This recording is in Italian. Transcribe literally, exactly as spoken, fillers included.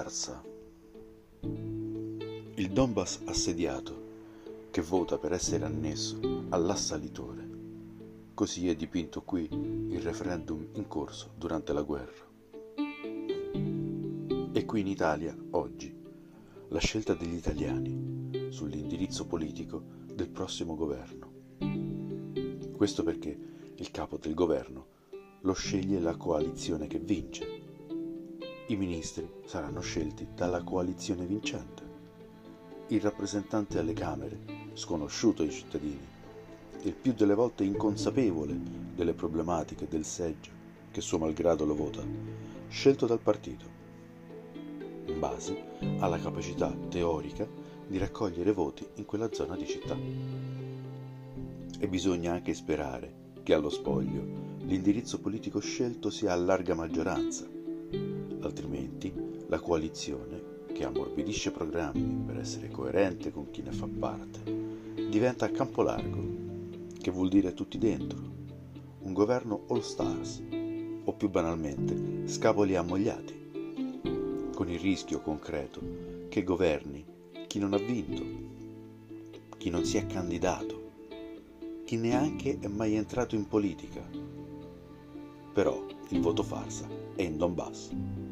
farsa. Il Donbass assediato che vota per essere annesso all'assalitore. Così è dipinto qui il referendum in corso durante la guerra. E qui in Italia, oggi, la scelta degli italiani sull'indirizzo politico del prossimo governo. Questo perché il capo del governo lo sceglie la coalizione che vince. I ministri saranno scelti dalla coalizione vincente. Il rappresentante alle Camere, sconosciuto ai cittadini, il più delle volte inconsapevole delle problematiche del seggio che suo malgrado lo vota, scelto dal partito, in base alla capacità teorica di raccogliere voti in quella zona di città. E bisogna anche sperare che allo spoglio l'indirizzo politico scelto sia a larga maggioranza, altrimenti la coalizione, che ammorbidisce programmi per essere coerente con chi ne fa parte, diventa a campo largo, che vuol dire tutti dentro, un governo all stars, o più banalmente scapoli ammogliati, con il rischio concreto che governi chi non ha vinto, chi non si è candidato, chi neanche è mai entrato in politica. Però il voto farsa è in Donbass.